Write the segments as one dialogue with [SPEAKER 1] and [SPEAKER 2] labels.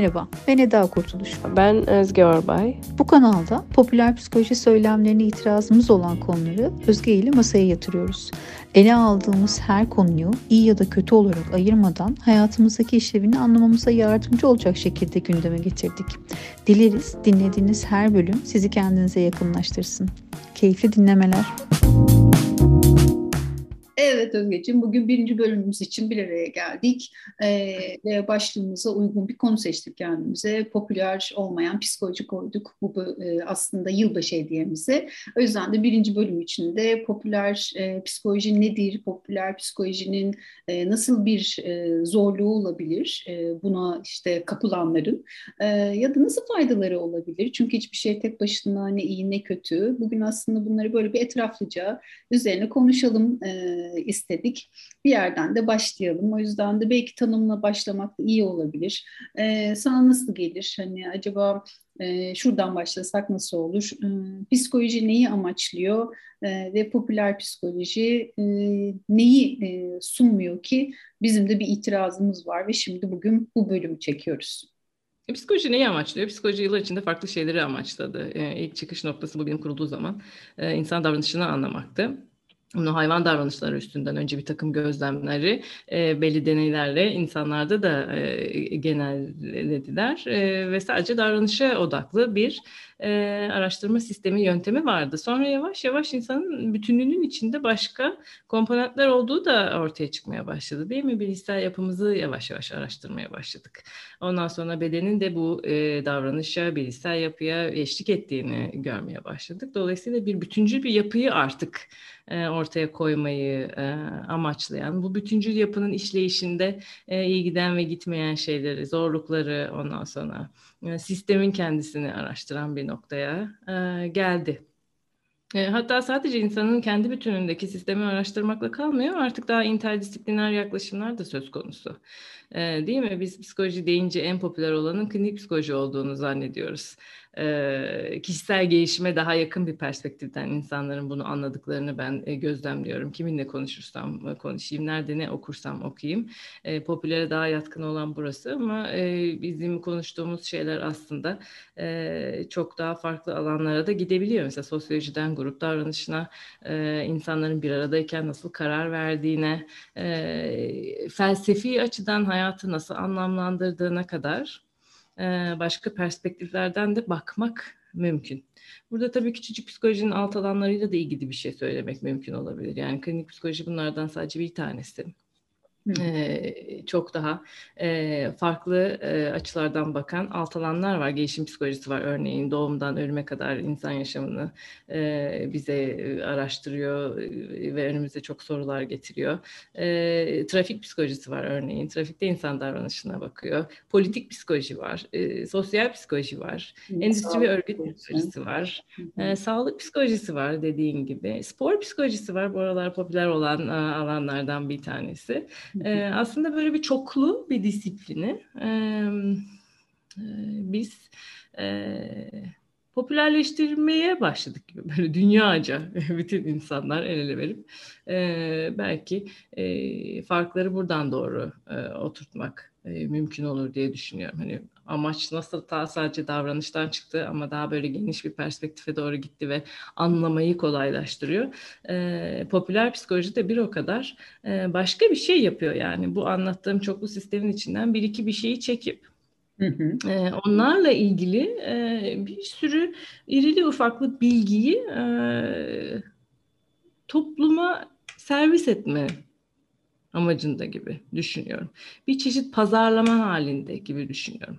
[SPEAKER 1] Merhaba, ben Eda Kurtuluş.
[SPEAKER 2] Ben Özge Orbay.
[SPEAKER 1] Bu kanalda popüler psikoloji söylemlerine itirazımız olan konuları Özge ile masaya yatırıyoruz. Ele aldığımız her konuyu iyi ya da kötü olarak ayırmadan hayatımızdaki işlevini anlamamıza yardımcı olacak şekilde gündeme getirdik. Dileriz dinlediğiniz her bölüm sizi kendinize yakınlaştırsın. Keyifli dinlemeler.
[SPEAKER 3] Evet Özgeciğim, bugün birinci bölümümüz için bir araya geldik ve başlığımıza uygun bir konu seçtik kendimize. Popüler olmayan psikoloji koyduk bu aslında yılbaşı hediyemize. O yüzden de birinci bölüm içinde popüler psikoloji nedir, popüler psikolojinin nasıl bir zorluğu olabilir, buna işte kapılanların ya da nasıl faydaları olabilir? Çünkü hiçbir şey tek başına ne iyi ne kötü. Bugün aslında bunları böyle bir etraflıca üzerine konuşalım istedik. Bir yerden de başlayalım. O yüzden de belki tanımla başlamak da iyi olabilir. Sana nasıl gelir? Hani acaba şuradan başlasak nasıl olur? Psikoloji neyi amaçlıyor? Ve popüler psikoloji neyi sunmuyor ki? Bizim de bir itirazımız var ve şimdi bugün bu bölümü çekiyoruz.
[SPEAKER 2] Psikoloji neyi amaçlıyor? Psikoloji yıllar içinde farklı şeyleri amaçladı. İlk çıkış noktası bu bilim kurulduğu zaman insan davranışını anlamaktı. Bunu hayvan davranışları üstünden önce bir takım gözlemleri belli deneylerle insanlarda da genellediler ve sadece davranışa odaklı bir araştırma sistemi, yöntemi vardı. Sonra yavaş yavaş insanın bütünlüğünün içinde başka komponentler olduğu da ortaya çıkmaya başladı, değil mi? Bilişsel yapımızı yavaş yavaş araştırmaya başladık. Ondan sonra bedenin de bu davranışa, bilişsel yapıya eşlik ettiğini görmeye başladık. Dolayısıyla bir bütüncül bir yapıyı artık ortaya koymayı amaçlayan, bu bütüncül yapının işleyişinde iyi giden ve gitmeyen şeyleri, zorlukları, ondan sonra sistemin kendisini araştıran bir noktaya geldi. Hatta sadece insanın kendi bütünündeki sistemi araştırmakla kalmıyor, artık daha interdisipliner yaklaşımlar da söz konusu. Değil mi? Biz psikoloji deyince en popüler olanın klinik psikoloji olduğunu zannediyoruz. Kişisel gelişime daha yakın bir perspektiften insanların bunu anladıklarını ben gözlemliyorum. Kiminle konuşursam konuşayım, nerede ne okursam okuyayım. Popülere daha yatkın olan burası ama bizim konuştuğumuz şeyler aslında çok daha farklı alanlara da gidebiliyor. Mesela sosyolojiden grup davranışına, insanların bir aradayken nasıl karar verdiğine, felsefi açıdan hayatı nasıl anlamlandırdığına kadar başka perspektiflerden de bakmak mümkün. Burada tabii küçücük psikolojinin alt alanlarıyla da ilgili bir şey söylemek mümkün olabilir. Yani klinik psikoloji bunlardan sadece bir tanesi. Çok daha farklı açılardan bakan alt alanlar var. Gelişim psikolojisi var örneğin. Doğumdan ölüme kadar insan yaşamını bize araştırıyor ve önümüze çok sorular getiriyor. Trafik psikolojisi var örneğin. Trafikte insan davranışına bakıyor. Politik psikoloji var. Sosyal psikoloji var. Endüstri ve örgüt psikolojisi var. Sağlık psikolojisi var dediğin gibi. Spor psikolojisi var. Bu aralar popüler olan alanlardan bir tanesi. Aslında böyle bir çoklu bir disiplini biz popülerleştirmeye başladık gibi, böyle dünyaca bütün insanlar el ele verip belki farkları buradan doğru oturtmak mümkün olur diye düşünüyorum. Hani amaç nasıl sadece davranıştan çıktı ama daha böyle geniş bir perspektife doğru gitti ve anlamayı kolaylaştırıyor. Popüler psikoloji de bir o kadar başka bir şey yapıyor yani. Bu anlattığım çoklu sistemin içinden bir iki bir şeyi çekip onlarla ilgili bir sürü irili ufaklı bilgiyi topluma servis etme amacında gibi düşünüyorum. Bir çeşit pazarlama halinde gibi düşünüyorum.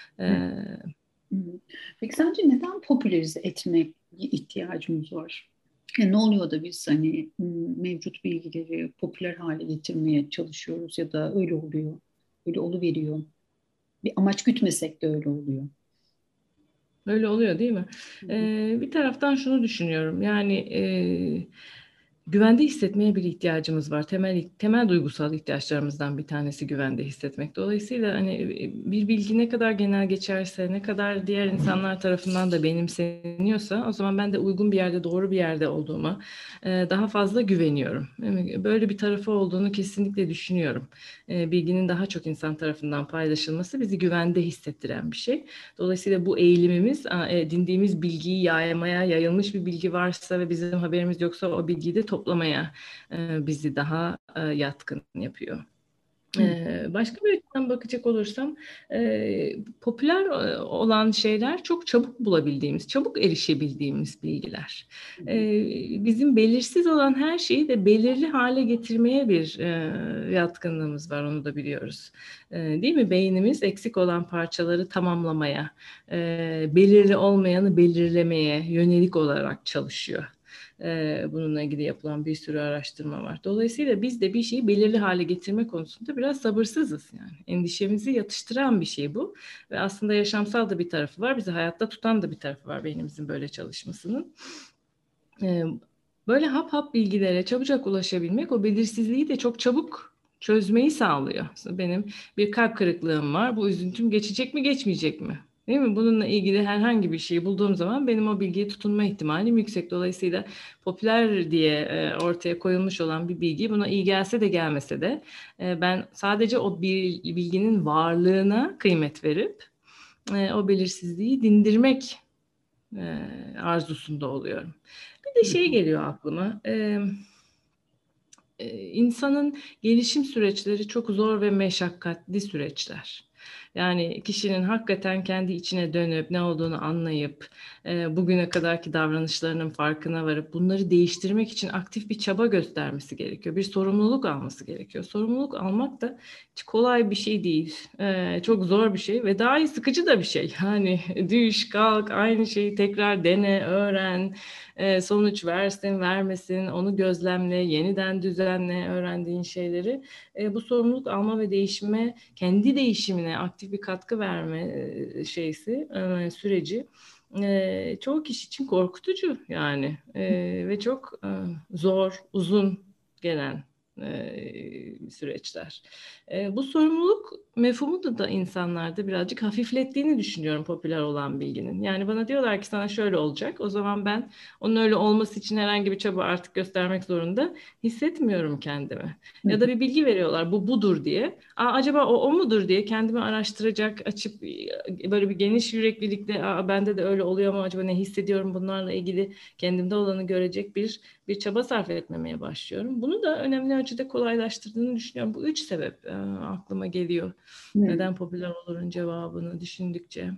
[SPEAKER 3] Peki sence neden popülerize etmek ihtiyacımız var? Ne oluyor da biz hani mevcut bilgileri popüler hale getirmeye çalışıyoruz ya da öyle oluyor, öyle oluveriyor. Bir amaç gütmesek de öyle oluyor.
[SPEAKER 2] Öyle oluyor değil mi? Bir taraftan şunu düşünüyorum. Yani güvende hissetmeye bir ihtiyacımız var. Temel duygusal ihtiyaçlarımızdan bir tanesi güvende hissetmek. Dolayısıyla hani bir bilgi ne kadar genel geçerse, ne kadar diğer insanlar tarafından da benimseniyorsa, o zaman ben de uygun bir yerde, doğru bir yerde olduğuma daha fazla güveniyorum. Böyle bir tarafı olduğunu kesinlikle düşünüyorum. Bilginin daha çok insan tarafından paylaşılması bizi güvende hissettiren bir şey. Dolayısıyla bu eğilimimiz, edindiğimiz bilgiyi yaymaya, yayılmış bir bilgi varsa ve bizim haberimiz yoksa o bilgiyi de toplamaya bizi daha yatkın yapıyor. Başka bir açıdan bakacak olursam popüler olan şeyler çok çabuk bulabildiğimiz, çabuk erişebildiğimiz bilgiler. Bizim belirsiz olan her şeyi de belirli hale getirmeye bir yatkınlığımız var, onu da biliyoruz. Değil mi? Beynimiz eksik olan parçaları tamamlamaya, belirli olmayanı belirlemeye yönelik olarak çalışıyor. Bununla ilgili yapılan bir sürü araştırma var. Dolayısıyla biz de bir şeyi belirli hale getirme konusunda biraz sabırsızız yani. Endişemizi yatıştıran bir şey bu. Ve aslında yaşamsal da bir tarafı var. Bizi hayatta tutan da bir tarafı var beynimizin böyle çalışmasının. Böyle hap hap bilgilere çabucak ulaşabilmek o belirsizliği de çok çabuk çözmeyi sağlıyor. Benim bir kalp kırıklığım var. Bu üzüntüm geçecek mi, geçmeyecek mi? Değil mi? Bununla ilgili herhangi bir şeyi bulduğum zaman benim o bilgiye tutunma ihtimalim yüksek. Dolayısıyla popüler diye ortaya koyulmuş olan bir bilgi buna iyi gelse de gelmese de ben sadece o bilginin varlığına kıymet verip o belirsizliği dindirmek arzusunda oluyorum. Bir de şey geliyor aklıma. İnsanın gelişim süreçleri çok zor ve meşakkatli süreçler. Yani kişinin hakikaten kendi içine dönüp ne olduğunu anlayıp bugüne kadarki davranışlarının farkına varıp bunları değiştirmek için aktif bir çaba göstermesi gerekiyor. Bir sorumluluk alması gerekiyor. Sorumluluk almak da hiç kolay bir şey değil. Çok zor bir şey ve daha sıkıcı da bir şey. Yani düş, kalk, aynı şeyi tekrar dene, öğren. Sonuç versin, vermesin, onu gözlemle, yeniden düzenle öğrendiğin şeyleri. Bu sorumluluk alma ve değişime, kendi değişimine aktif bir katkı verme süreci çoğu kişi için korkutucu yani ve çok zor, uzun gelen süreçler. Bu sorumluluk mefhumu da insanlarda birazcık hafiflettiğini düşünüyorum popüler olan bilginin. Yani bana diyorlar ki sana şöyle olacak. O zaman ben onun öyle olması için herhangi bir çaba artık göstermek zorunda hissetmiyorum kendimi. Ya da bir bilgi veriyorlar bu budur diye. Acaba o mudur diye kendimi araştıracak, açıp böyle bir geniş yüreklilikle bende de öyle oluyor mu acaba, ne hissediyorum bunlarla ilgili kendimde olanı görecek bir çaba sarf etmemeye başlıyorum. Bunu da önemli ölçüde kolaylaştırdığını düşünüyorum. Bu üç sebep aklıma geliyor. Neden popüler olurun cevabını düşündükçe.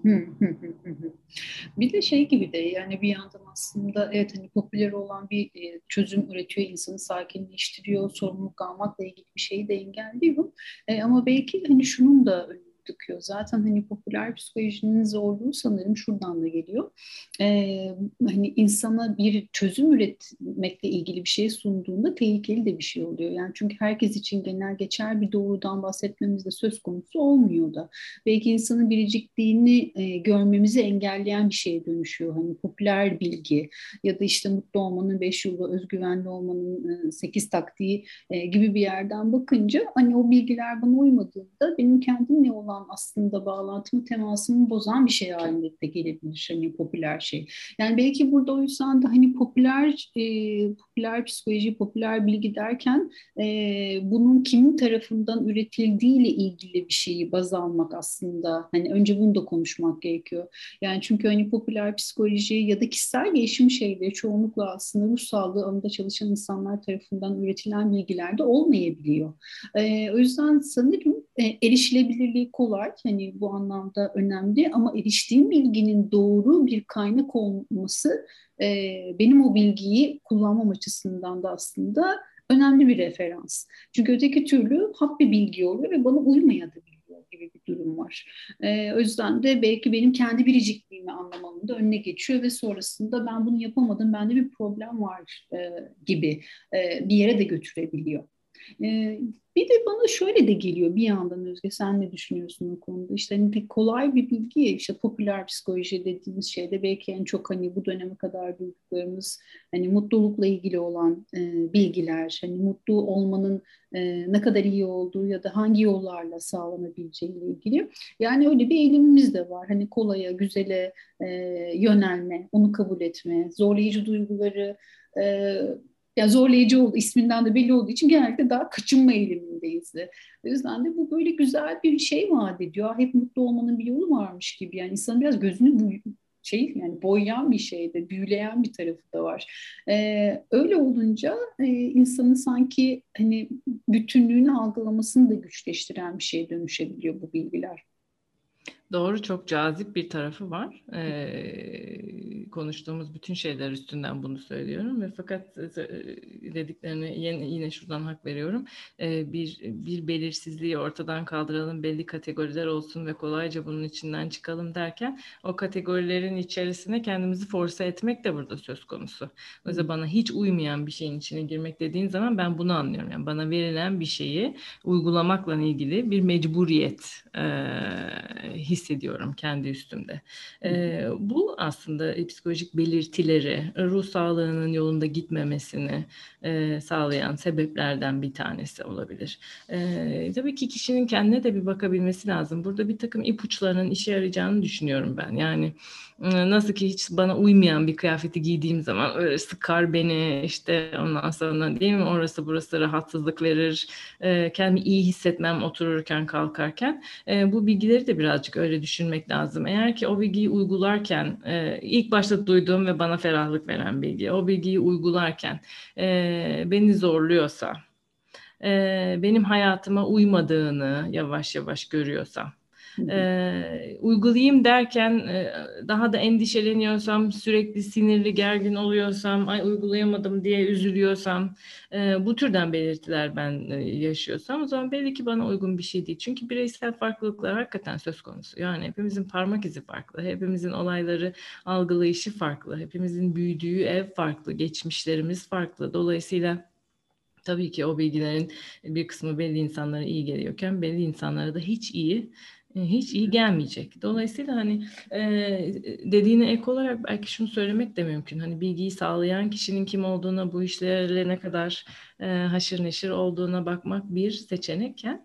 [SPEAKER 3] Bir de şey gibi de yani bir yandan aslında evet hani popüler olan bir çözüm üretiyor, insanı sakinleştiriyor, sorumluluk almakla ilgili bir şeyi de engelliyor. Ama belki hani şunun da önünü tıkıyor. Zaten hani popüler psikolojinin zorluğu sanırım şuradan da geliyor. Hani insana bir çözüm üretmekle ilgili bir şey sunduğunda tehlikeli de bir şey oluyor. Yani çünkü herkes için genel geçer bir doğrudan bahsetmemiz de söz konusu olmuyor da. Belki insanın biricikliğini görmemizi engelleyen bir şeye dönüşüyor. Hani popüler bilgi ya da işte mutlu olmanın 5 yolu, özgüvenli olmanın 8 taktiği gibi bir yerden bakınca hani o bilgiler bana uymadığında benim kendimle olan aslında bağlantımı, temasımı bozan bir şey halinde de gelebilir hani popüler şey. Yani belki burada o yüzden de hani popüler psikoloji, popüler bilgi derken bunun kimin tarafından üretildiğiyle ilgili bir şeyi baz almak aslında hani önce bunu da konuşmak gerekiyor. Yani çünkü hani popüler psikoloji ya da kişisel gelişim şeyleri çoğunlukla aslında ruh sağlığı alanında çalışan insanlar tarafından üretilen bilgiler de olmayabiliyor. O yüzden sanırım erişilebilirliği kolay hani bu anlamda önemli ama eriştiğim bilginin doğru bir kaynak olması benim o bilgiyi kullanmam açısından da aslında önemli bir referans. Çünkü öteki türlü hap bir bilgi oluyor ve bana uymayabiliyor gibi bir durum var. O yüzden de belki benim kendi biricikliğimi anlamamın da önüne geçiyor ve sonrasında ben bunu yapamadım, bende bir problem var gibi bir yere de götürebiliyor. Bir de bana şöyle de geliyor bir yandan, Özge, sen ne düşünüyorsun o konuda? İşte hani pek kolay bir bilgi ya, işte popüler psikoloji dediğimiz şeyde belki en çok hani bu döneme kadar duyduklarımız hani mutlulukla ilgili olan bilgiler, hani mutlu olmanın ne kadar iyi olduğu ya da hangi yollarla sağlanabileceği ile ilgili. Yani öyle bir eğilimimiz de var. Hani kolaya, güzele e, yönelme, onu kabul etme, zorlayıcı duyguları e, yani zorlayıcı oldu, isminden de belli olduğu için genellikle daha kaçınma eğilimindeyiz de. O yüzden de bu böyle güzel bir şey vaat ediyor. Hep mutlu olmanın bir yolu varmış gibi. Yani insanın biraz gözünü yani boyayan bir şey de, büyüleyen bir tarafı da var. Öyle olunca insanın sanki hani bütünlüğünü algılamasını da güçleştiren bir şeye dönüşebiliyor bu bilgiler.
[SPEAKER 2] Doğru, çok cazip bir tarafı var. Konuştuğumuz bütün şeyler üstünden bunu söylüyorum ve fakat dediklerine yine şuradan hak veriyorum. Bir belirsizliği ortadan kaldıralım, belli kategoriler olsun ve kolayca bunun içinden çıkalım derken o kategorilerin içerisine kendimizi force etmek de burada söz konusu. O yüzden bana hiç uymayan bir şeyin içine girmek dediğin zaman ben bunu anlıyorum. Yani bana verilen bir şeyi uygulamakla ilgili bir mecburiyet hissediyorum kendi üstümde. Bu aslında psikolojik belirtileri, ruh sağlığının yolunda gitmemesini sağlayan sebeplerden bir tanesi olabilir. Tabii ki kişinin kendine de bir bakabilmesi lazım. Burada bir takım ipuçlarının işe yarayacağını düşünüyorum ben. Yani nasıl ki hiç bana uymayan bir kıyafeti giydiğim zaman öyle sıkar beni, işte ondan sonra değil mi, orası burası rahatsızlık verir, kendimi iyi hissetmem otururken kalkarken. Bu bilgileri de birazcık öyle düşünmek lazım. Eğer ki o bilgiyi uygularken ilk başta duyduğum ve bana ferahlık veren bilgi, o bilgiyi uygularken beni zorluyorsa, benim hayatıma uymadığını yavaş yavaş görüyorsam, uygulayayım derken daha da endişeleniyorsam, sürekli sinirli, gergin oluyorsam, ay uygulayamadım diye üzülüyorsam, bu türden belirtiler ben yaşıyorsam, o zaman belli ki bana uygun bir şey değil. Çünkü bireysel farklılıklar hakikaten söz konusu. Yani hepimizin parmak izi farklı, hepimizin olayları algılayışı farklı, hepimizin büyüdüğü ev farklı, geçmişlerimiz farklı. Dolayısıyla tabii ki o bilgilerin bir kısmı belli insanlara iyi geliyorken belli insanlara da hiç iyi gelmeyecek. Dolayısıyla hani dediğine ek olarak belki şunu söylemek de mümkün. Hani bilgiyi sağlayan kişinin kim olduğuna, bu işlerle ne kadar haşır neşir olduğuna bakmak bir seçenekken,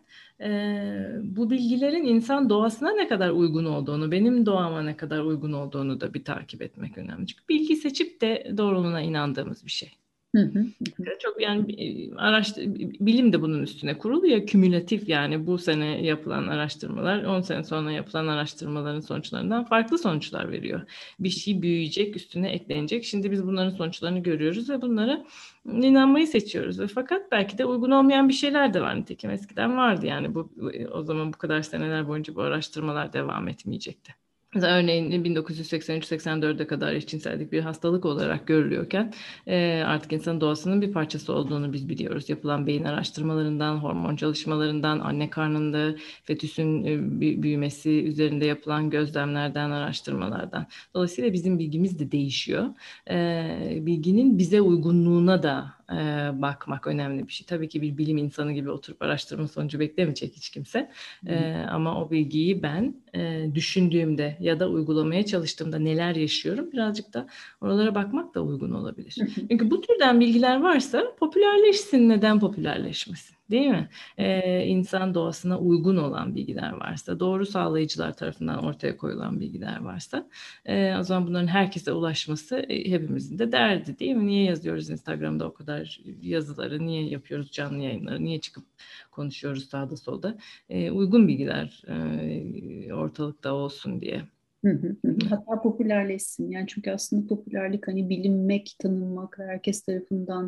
[SPEAKER 2] bu bilgilerin insan doğasına ne kadar uygun olduğunu, benim doğama ne kadar uygun olduğunu da bir takip etmek önemli. Çünkü bilgi seçip de doğruluğuna inandığımız bir şey.
[SPEAKER 3] Hı hı, hı.
[SPEAKER 2] Çok yani bilim de bunun üstüne kurulu ya, kümülatif, yani bu sene yapılan araştırmalar 10 sene sonra yapılan araştırmaların sonuçlarından farklı sonuçlar veriyor. Bir şey büyüyecek, üstüne eklenecek. Şimdi biz bunların sonuçlarını görüyoruz ve bunlara inanmayı seçiyoruz. Ve fakat belki de uygun olmayan bir şeyler de var. Nitekim eskiden vardı, yani o zaman bu kadar seneler boyunca bu araştırmalar devam etmeyecekti. Mesela örneğin 1983-84'e kadar eşcinsellik bir hastalık olarak görülüyorken artık insanın doğasının bir parçası olduğunu biz biliyoruz. Yapılan beyin araştırmalarından, hormon çalışmalarından, anne karnında fetüsün büyümesi üzerinde yapılan gözlemlerden, araştırmalardan. Dolayısıyla bizim bilgimiz de değişiyor. Bilginin bize uygunluğuna da bakmak önemli bir şey. Tabii ki bir bilim insanı gibi oturup araştırma sonucu beklemeyecek hiç kimse. Ama o bilgiyi ben düşündüğümde ya da uygulamaya çalıştığımda neler yaşıyorum, birazcık da oralara bakmak da uygun olabilir. Çünkü bu türden bilgiler varsa popülerleşsin, neden popülerleşmesin? Değil mi? İnsan doğasına uygun olan bilgiler varsa, doğru sağlayıcılar tarafından ortaya koyulan bilgiler varsa, o zaman bunların herkese ulaşması hepimizin de derdi, değil mi? Niye yazıyoruz Instagram'da o kadar yazıları, niye yapıyoruz canlı yayınları, niye çıkıp konuşuyoruz sağda solda? Uygun bilgiler ortalıkta olsun diye.
[SPEAKER 3] Hı hı, hı. Hatta popülerleşsin. Yani çünkü aslında popülerlik hani bilinmek, tanınmak, herkes tarafından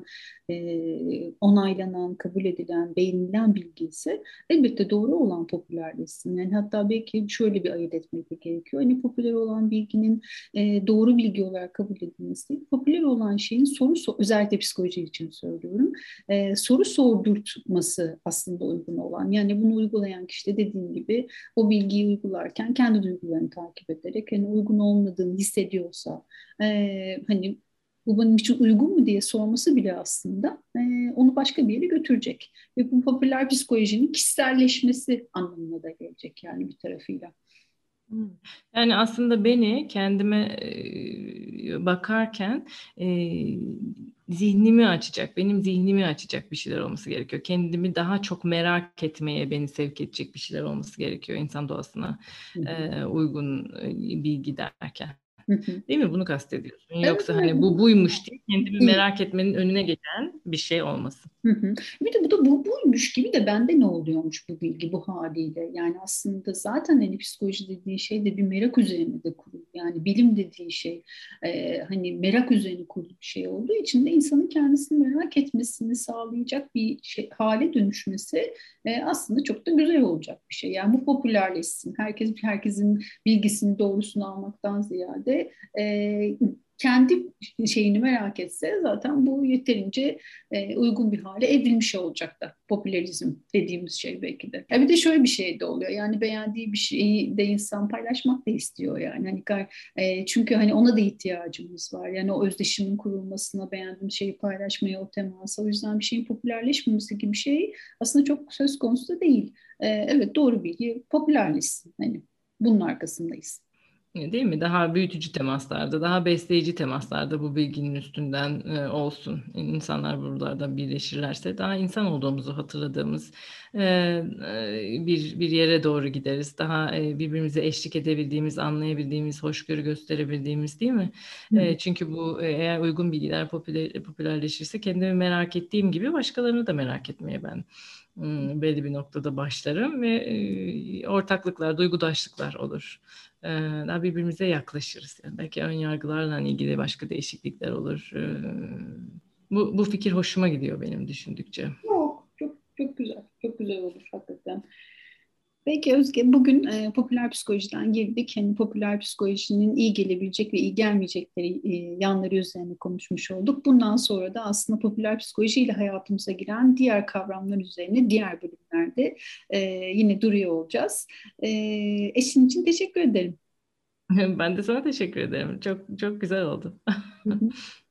[SPEAKER 3] onaylanan, kabul edilen, beğenilen bilgi ise elbette doğru olan popülerleşsin. Yani hatta belki şöyle bir ayırt etmek de gerekiyor. Hani popüler olan bilginin doğru bilgi olarak kabul edilmesi değil, popüler olan şeyin özellikle psikoloji için söylüyorum, soru sordurtması aslında uygun olan. Yani bunu uygulayan kişi de dediğim gibi o bilgiyi uygularken kendi duygularını takip ederek hani uygun olmadığını hissediyorsa hani bu benim için uygun mu diye sorması bile aslında onu başka bir yere götürecek. Ve bu popüler psikolojinin kişiselleşmesi anlamına da gelecek yani bir tarafıyla.
[SPEAKER 2] Yani aslında beni kendime bakarken zihnimi açacak, benim zihnimi açacak bir şeyler olması gerekiyor. Kendimi daha çok merak etmeye beni sevk edecek bir şeyler olması gerekiyor insan doğasına uygun bilgi derken.
[SPEAKER 3] Hı hı.
[SPEAKER 2] Değil mi? Bunu kastediyorsun.
[SPEAKER 3] Evet,
[SPEAKER 2] Yoksa
[SPEAKER 3] evet.
[SPEAKER 2] hani bu buymuş diye kendimi
[SPEAKER 3] Değil.
[SPEAKER 2] merak etmenin önüne geçen bir şey olmasın.
[SPEAKER 3] Hı hı. Bir de bu da buymuş gibi de bende ne oluyormuş bu bilgi bu haliyle. Yani aslında zaten hani psikoloji dediği şey de bir merak üzerine de kurulu. Yani bilim dediği şey hani merak üzerine kurulu bir şey olduğu için de insanın kendisini merak etmesini sağlayacak bir şey, hale dönüşmesi aslında çok da güzel olacak bir şey. Yani bu popülerleşsin. Herkesin bilgisini doğrusunu almaktan ziyade kendi şeyini merak etse zaten bu yeterince uygun bir hale evrilmiş olacak da popülerizm dediğimiz şey belki de. Ya bir de şöyle bir şey de oluyor. Yani beğendiği bir şeyi de insan paylaşmak da istiyor yani. Hani çünkü hani ona da ihtiyacımız var. Yani o özdeşimin kurulmasına, beğendiğim şeyi paylaşmaya, o temasa. O yüzden bir şeyin popülerleşmemesi gibi bir şey aslında çok söz konusu da değil. Evet, doğru bilgi popülerleşsin. Hani bunun arkasındayız.
[SPEAKER 2] Değil mi? Daha büyütücü temaslarda, daha besleyici temaslarda bu bilginin üstünden olsun. İnsanlar buralarda birleşirlerse daha insan olduğumuzu hatırladığımız bir yere doğru gideriz. Daha birbirimize eşlik edebildiğimiz, anlayabildiğimiz, hoşgörü gösterebildiğimiz, değil mi?
[SPEAKER 3] Hı hı.
[SPEAKER 2] Çünkü bu eğer uygun bilgiler popülerleşirse kendimi merak ettiğim gibi başkalarını da merak etmeye ben belli bir noktada başlarım ve ortaklıklar, duygudaşlıklar olur. Daha birbirimize yaklaşırız. Yani belki ön yargılarla ilgili başka değişiklikler olur. Bu fikir hoşuma gidiyor benim düşündükçe.
[SPEAKER 3] Çok, çok, çok güzel. Çok güzel olur hakikaten. Peki Özge, bugün popüler psikolojiden girdik. Hani popüler psikolojinin iyi gelebilecek ve iyi gelmeyecekleri yanları üzerine konuşmuş olduk. Bundan sonra da aslında popüler psikolojiyle hayatımıza giren diğer kavramlar üzerine diğer bölümlerde yine duruyor olacağız. Eşin için teşekkür ederim.
[SPEAKER 2] Ben de sana teşekkür ederim. Çok çok güzel oldu.
[SPEAKER 3] Hı hı.